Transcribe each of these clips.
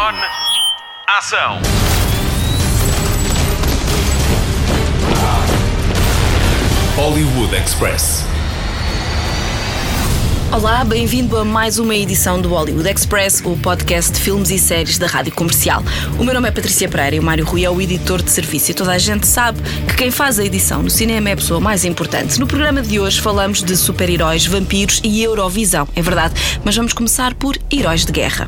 On. Ação. Hollywood Express. Olá, bem-vindo a mais uma edição do Hollywood Express, o podcast de filmes e séries da Rádio Comercial. O meu nome é Patrícia Pereira e o Mário Rui é o editor de serviço. E toda a gente sabe que quem faz a edição no cinema é a pessoa mais importante. No programa de hoje falamos de super-heróis, vampiros e Eurovisão. É verdade, mas vamos começar por heróis de guerra.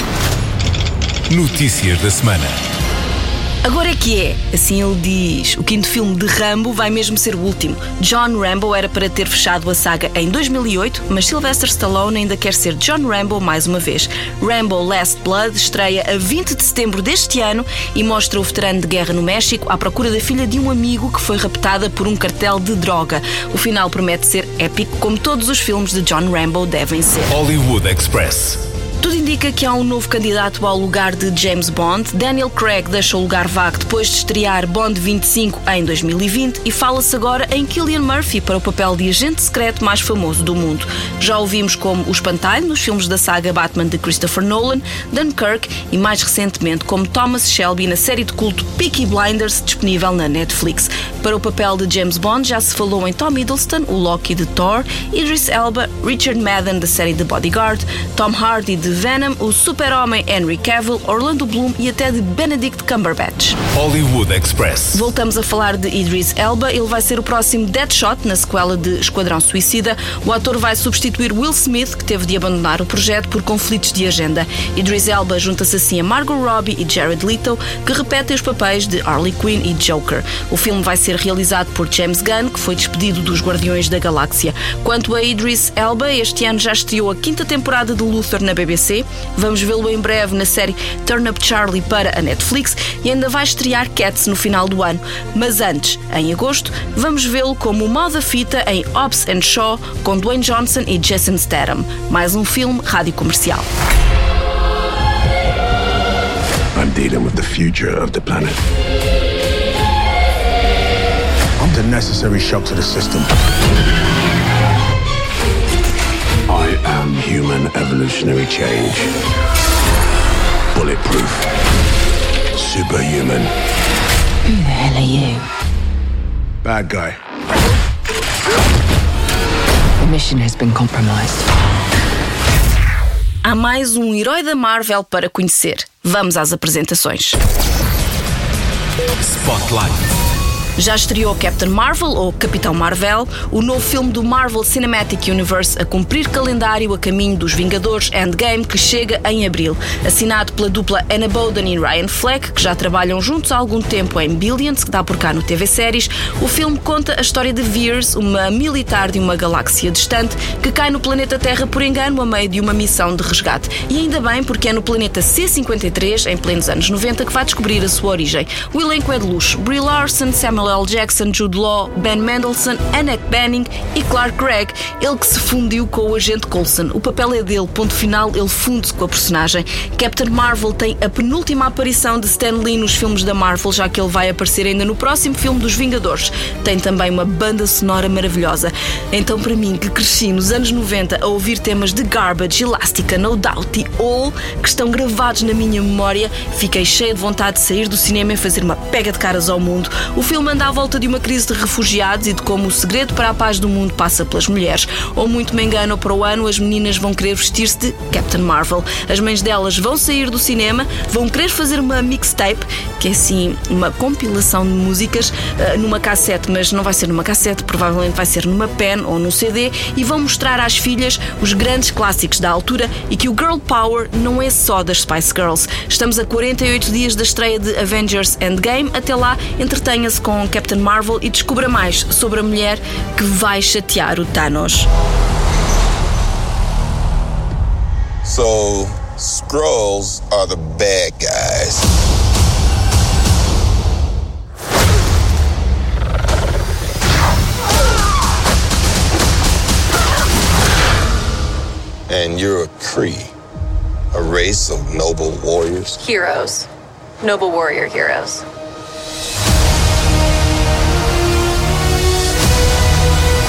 Notícias da semana. Agora é que é, assim ele diz. O quinto filme de Rambo vai mesmo ser o último. John Rambo era para ter fechado a saga em 2008, mas Sylvester Stallone ainda quer ser John Rambo mais uma vez. Rambo Last Blood estreia a 20 de setembro deste ano e mostra o veterano de guerra no México à procura da filha de um amigo que foi raptada por um cartel de droga. O final promete ser épico, como todos os filmes de John Rambo devem ser. Hollywood Express. Tudo indica que há um novo candidato ao lugar de James Bond. Daniel Craig deixa o lugar vago depois de estrear Bond 25 em 2020 e fala-se agora em Cillian Murphy para o papel de agente secreto mais famoso do mundo. Já o vimos como o espantalho nos filmes da saga Batman de Christopher Nolan, Dunkirk e mais recentemente como Thomas Shelby na série de culto Peaky Blinders, disponível na Netflix. Para o papel de James Bond já se falou em Tom Hiddleston, o Loki de Thor, Idris Elba, Richard Madden da série The Bodyguard, Tom Hardy de Venom, o super-homem Henry Cavill, Orlando Bloom e até de Benedict Cumberbatch. Hollywood Express. Voltamos a falar de Idris Elba. Ele vai ser o próximo Deadshot na sequela de Esquadrão Suicida. O ator vai substituir Will Smith, que teve de abandonar o projeto por conflitos de agenda. Idris Elba junta-se assim a Margot Robbie e Jared Leto, que repetem os papéis de Harley Quinn e Joker. O filme vai ser realizado por James Gunn, que foi despedido dos Guardiões da Galáxia. Quanto a Idris Elba, este ano já estreou a 5ª temporada de Luther na BBC. Vamos vê-lo em breve na série Turn Up Charlie para a Netflix e ainda vai estrear Cats no final do ano. Mas antes, em agosto, vamos vê-lo como o mal da fita em Hobbs & Shaw com Dwayne Johnson e Jason Statham. Mais um filme Rádio Comercial. I'm dealing with the future of the planet. I'm the necessary shock to the system. I am human evolutionary change. Bulletproof. Superhuman. Who the hell are you? Bad guy. The mission has been compromised. Há mais um herói da Marvel para conhecer. Vamos às apresentações. Spotlight. Já estreou Captain Marvel, ou Capitão Marvel, o novo filme do Marvel Cinematic Universe a cumprir calendário a caminho dos Vingadores Endgame, que chega em abril. Assinado pela dupla Anna Boden e Ryan Fleck, que já trabalham juntos há algum tempo em Billions, que dá por cá no TV Séries, o filme conta a história de Vers, uma militar de uma galáxia distante que cai no planeta Terra por engano a meio de uma missão de resgate. E ainda bem, porque é no planeta C-53, em plenos anos 90, que vai descobrir a sua origem. O elenco é de luxo: Brie Larson, Samuel L. Jackson, Jude Law, Ben Mendelsohn, Annette Bening e Clark Gregg, ele que se fundiu com o agente Coulson. O papel é dele, ponto final, ele funde-se com a personagem. Captain Marvel tem a penúltima aparição de Stan Lee nos filmes da Marvel, já que ele vai aparecer ainda no próximo filme dos Vingadores. Tem também uma banda sonora maravilhosa. Então, para mim, que cresci nos anos 90 a ouvir temas de Garbage, Elastica, No Doubt e All, que estão gravados na minha memória, fiquei cheia de vontade de sair do cinema e fazer uma pega de caras ao mundo. O filme anda à volta de uma crise de refugiados e de como o segredo para a paz do mundo passa pelas mulheres. Ou muito me engano, para o ano as meninas vão querer vestir-se de Captain Marvel. As mães delas vão sair do cinema, vão querer fazer uma mixtape, que é assim uma compilação de músicas numa cassete, mas não vai ser numa cassete, provavelmente vai ser numa pen ou num CD, e vão mostrar às filhas os grandes clássicos da altura e que o Girl Power não é só das Spice Girls. Estamos a 48 dias da estreia de Avengers Endgame. Até lá, entretenha-se com Captain Marvel e descubra mais sobre a mulher que vai chatear o Thanos. So, Skrulls are the bad guys. And you're a Kree, a race of noble warriors. Heroes. Noble warrior heroes.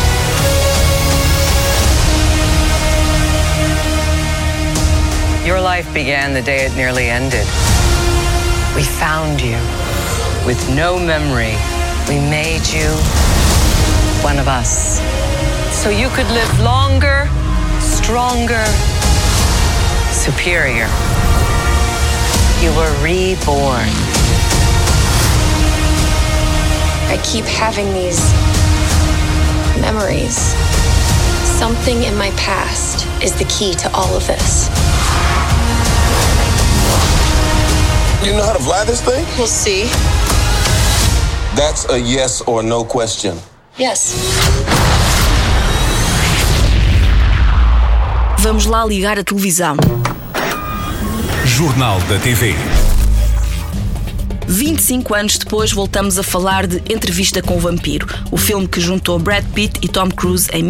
Your life began the day it nearly ended. We found you with no memory. We made you one of us. So you could live longer, stronger, superior. You were reborn. I keep having these memories. Something in my past is the key to all of this. You know how to fly this thing? We'll see. That's a yes or no question. Yes. Vamos lá ligar a televisão. Jornal da TV. 25 anos depois voltamos a falar de Entrevista com o Vampiro, o filme que juntou Brad Pitt e Tom Cruise em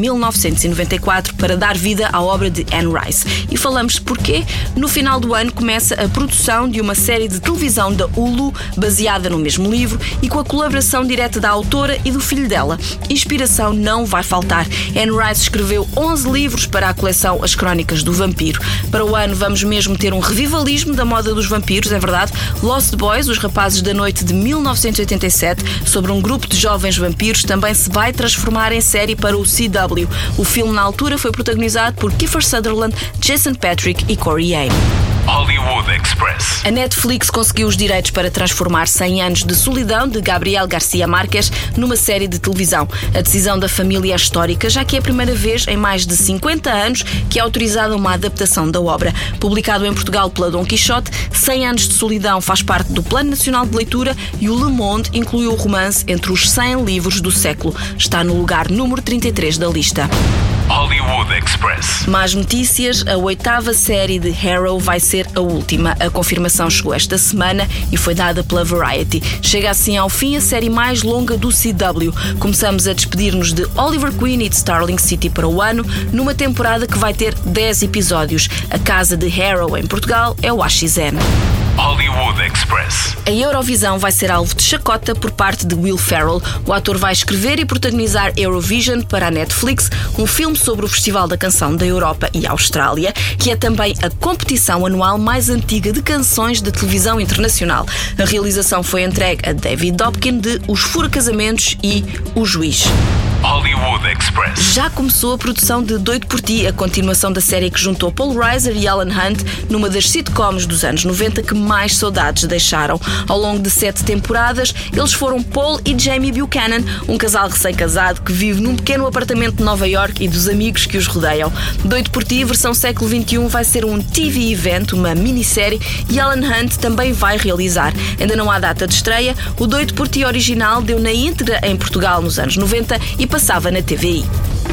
1994 para dar vida à obra de Anne Rice. E falamos de porquê. No final do ano começa a produção de uma série de televisão da Hulu baseada no mesmo livro e com a colaboração direta da autora e do filho dela. Inspiração não vai faltar. Anne Rice escreveu 11 livros para a coleção As Crónicas do Vampiro. Para o ano vamos mesmo ter um revivalismo da moda dos vampiros, é verdade. Lost Boys, os rapazes da noite de 1987, sobre um grupo de jovens vampiros, também se vai transformar em série para o CW. O filme na altura foi protagonizado por Kiefer Sutherland, Jason Patric e Corey Haim. Hollywood Express. A Netflix conseguiu os direitos para transformar 100 anos de solidão de Gabriel García Márquez numa série de televisão. A decisão da família é histórica, já que é a primeira vez em mais de 50 anos que é autorizada uma adaptação da obra. Publicado em Portugal pela Dom Quixote, 100 anos de solidão faz parte do Plano Nacional de Leitura e o Le Monde incluiu o romance entre os 100 livros do século. Está no lugar número 33 da lista. Hollywood Express. Mais notícias, a 8ª série de Arrow vai ser a última. A confirmação chegou esta semana e foi dada pela Variety. Chega assim ao fim a série mais longa do CW. Começamos a despedir-nos de Oliver Queen e de Starling City para o ano, numa temporada que vai ter 10 episódios. A casa de Arrow em Portugal é o AXN. Hollywood Express. A Eurovisão vai ser alvo de chacota por parte de Will Ferrell. O ator vai escrever e protagonizar Eurovision para a Netflix, um filme sobre o Festival da Canção da Europa e Austrália, que é também a competição anual mais antiga de canções da televisão internacional. A realização foi entregue a David Dobkin de Os Fura-Casamentos e O Juiz. Hollywood Express. Já começou a produção de Doido por Ti, a continuação da série que juntou Paul Reiser e Alan Hunt numa das sitcoms dos anos 90 que mais saudades deixaram. Ao longo de 7 temporadas, eles foram Paul e Jamie Buchanan, um casal recém-casado que vive num pequeno apartamento de Nova York e dos amigos que os rodeiam. Doido por Ti, versão século XXI, vai ser um TV event, uma minissérie, e Alan Hunt também vai realizar. Ainda não há data de estreia. O Doido por Ti original deu na íntegra em Portugal nos anos 90 e passava na TVI.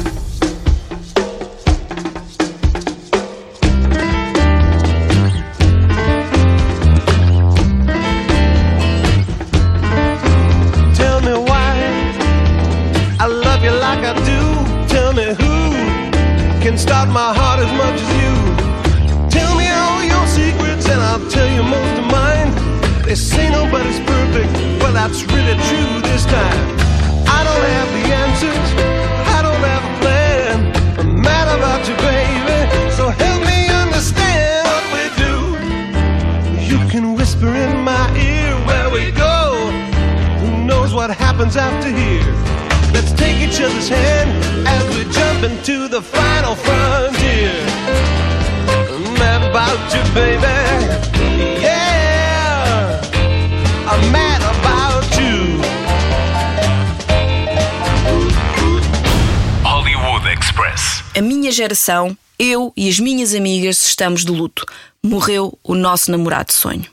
Tell me why I love you like I do. Tell me who can stop my heart as much as you. Tell me all your secrets and I'll tell you most of mine. They say nobody's perfect, well that's really true this time. I don't have the answers, I don't have a plan. I'm mad about you, baby, so help me understand what we do. You can whisper in my ear where we go. Who knows what happens after here? Let's take each other's hand as we jump into the final frontier. I'm mad about you, baby, yeah, I'm mad about you. Express. A minha geração, eu e as minhas amigas estamos de luto. Morreu o nosso namorado de sonho.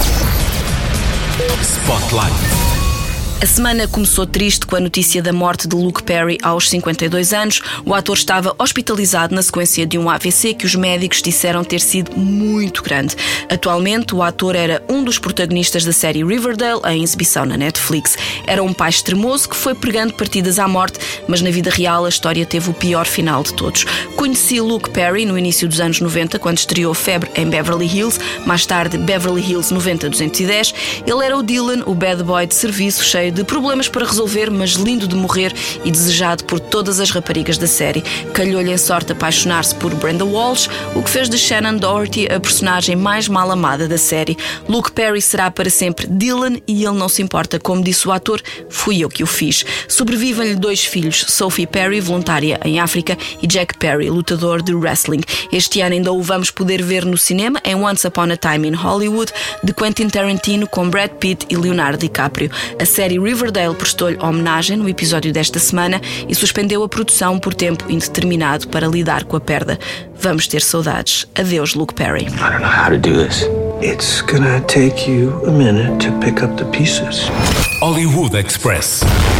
Spotlight. A semana começou triste com a notícia da morte de Luke Perry aos 52 anos. O ator estava hospitalizado na sequência de um AVC que os médicos disseram ter sido muito grande. Atualmente, o ator era um dos protagonistas da série Riverdale, em exibição na Netflix. Era um pai extremoso que foi pregando partidas à morte, mas na vida real a história teve o pior final de todos. Conheci Luke Perry no início dos anos 90, quando estreou Febre em Beverly Hills, mais tarde Beverly Hills 90-210. Ele era o Dylan, o bad boy de serviço, cheio cheio de problemas para resolver, mas lindo de morrer e desejado por todas as raparigas da série. Calhou-lhe em sorte apaixonar-se por Brenda Walsh, o que fez de Shannon Doherty a personagem mais mal amada da série. Luke Perry será para sempre Dylan e ele não se importa. Como disse o ator, fui eu que o fiz. Sobrevivem-lhe 2 filhos, Sophie Perry, voluntária em África, e Jack Perry, lutador de wrestling. Este ano ainda o vamos poder ver no cinema em Once Upon a Time in Hollywood, de Quentin Tarantino, com Brad Pitt e Leonardo DiCaprio. A série Riverdale prestou-lhe homenagem no episódio desta semana e suspendeu a produção por tempo indeterminado para lidar com a perda. Vamos ter saudades. Adeus, Luke Perry. I don't know how to do this. It's gonna take you a minute to pick up the pieces. Hollywood Express.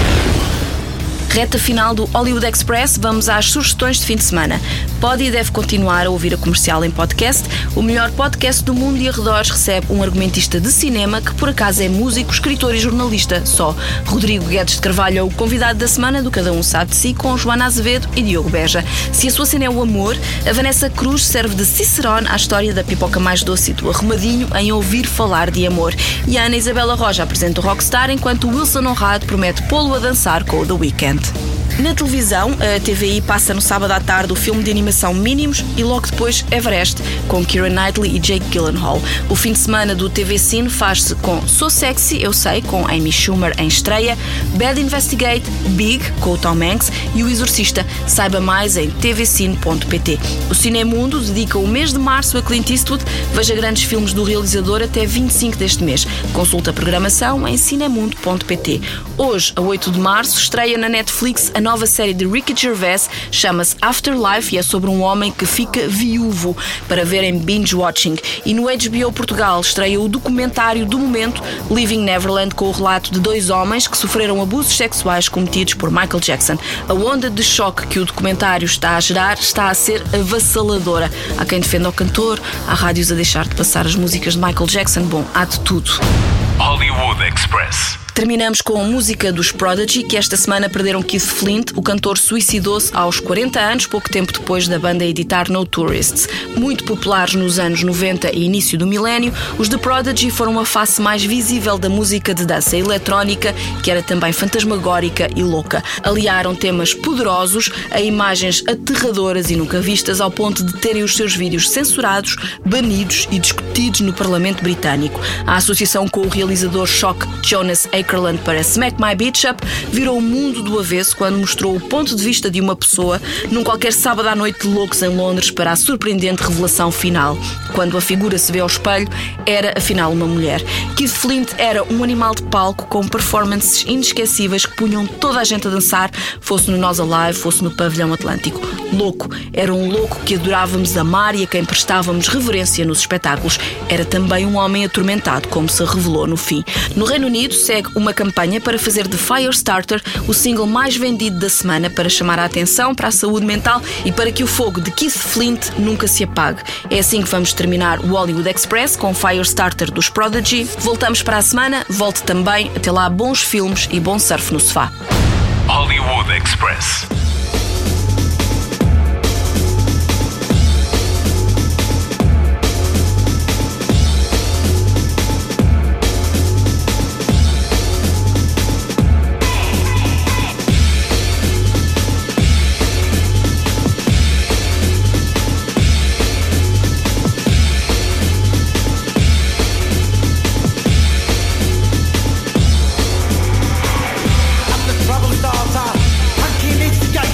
Reta final do Hollywood Express, vamos às sugestões de fim de semana. Pode e deve continuar a ouvir a Comercial em podcast. O melhor podcast do mundo e arredores recebe um argumentista de cinema que por acaso é músico, escritor e jornalista só. Rodrigo Guedes de Carvalho é o convidado da semana do Cada Um Sabe de Si, com Joana Azevedo e Diogo Beja. Se a sua cena é o amor, a Vanessa Cruz serve de Cicerone à história da pipoca mais doce e do arrumadinho em ouvir falar de amor. E a Ana Isabela Roja apresenta o Rockstar, enquanto o Wilson Honrado promete pô-lo a dançar com o The Weeknd. Na televisão, a TVI passa no sábado à tarde o filme de animação Mínimos e logo depois Everest, com Keira Knightley e Jake Gyllenhaal. O fim de semana do TV Cine faz-se com So Sexy, Eu Sei, com Amy Schumer em estreia, Bad Investigate, Big, com o Tom Hanks, e O Exorcista. Saiba mais em tvcine.pt. O Cinemundo dedica o mês de março a Clint Eastwood. Veja grandes filmes do realizador até 25 deste mês. Consulta a programação em cinemundo.pt. Hoje, a 8 de março, estreia na Netflix a nova série de Ricky Gervais, chama-se Afterlife e é sobre um homem que fica viúvo, para ver em binge-watching. E no HBO Portugal estreia o documentário do momento, Living Neverland, com o relato de 2 homens que sofreram abusos sexuais cometidos por Michael Jackson. A onda de choque que o documentário está a gerar está a ser avassaladora. Há quem defenda o cantor, há rádios a deixar de passar as músicas de Michael Jackson. Bom, há de tudo. Hollywood Express. Terminamos com a música dos Prodigy, que esta semana perderam Keith Flint. O cantor suicidou-se aos 40 anos, pouco tempo depois da banda editar No Tourists. Muito populares nos anos 90 e início do milénio, os The Prodigy foram a face mais visível da música de dança eletrónica, que era também fantasmagórica e louca. Aliaram temas poderosos a imagens aterradoras e nunca vistas, ao ponto de terem os seus vídeos censurados, banidos e discutidos no Parlamento Britânico. A associação com o realizador Shock Jonas Akerland para Smack My Bitch Up virou o mundo do avesso quando mostrou o ponto de vista de uma pessoa num qualquer sábado à noite de loucos em Londres para a surpreendente revelação final. Quando a figura se vê ao espelho, era afinal uma mulher. Keith Flint era um animal de palco com performances inesquecíveis que punham toda a gente a dançar, fosse no Nós Alive, fosse no Pavilhão Atlântico. Louco. Era um louco que adorávamos amar e a quem prestávamos reverência nos espetáculos. Era também um homem atormentado, como se revelou no fim. No Reino Unido, segue uma campanha para fazer de Firestarter o single mais vendido da semana, para chamar a atenção para a saúde mental e para que o fogo de Keith Flint nunca se apague. É assim que vamos terminar o Hollywood Express com Firestarter dos Prodigy. Voltamos para a semana, volte também. Até lá, bons filmes e bom surf no sofá. Hollywood Express. Trouble starter, hunky needs to get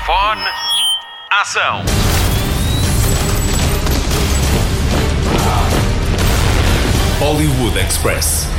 Microfone. Ação. Hollywood Express.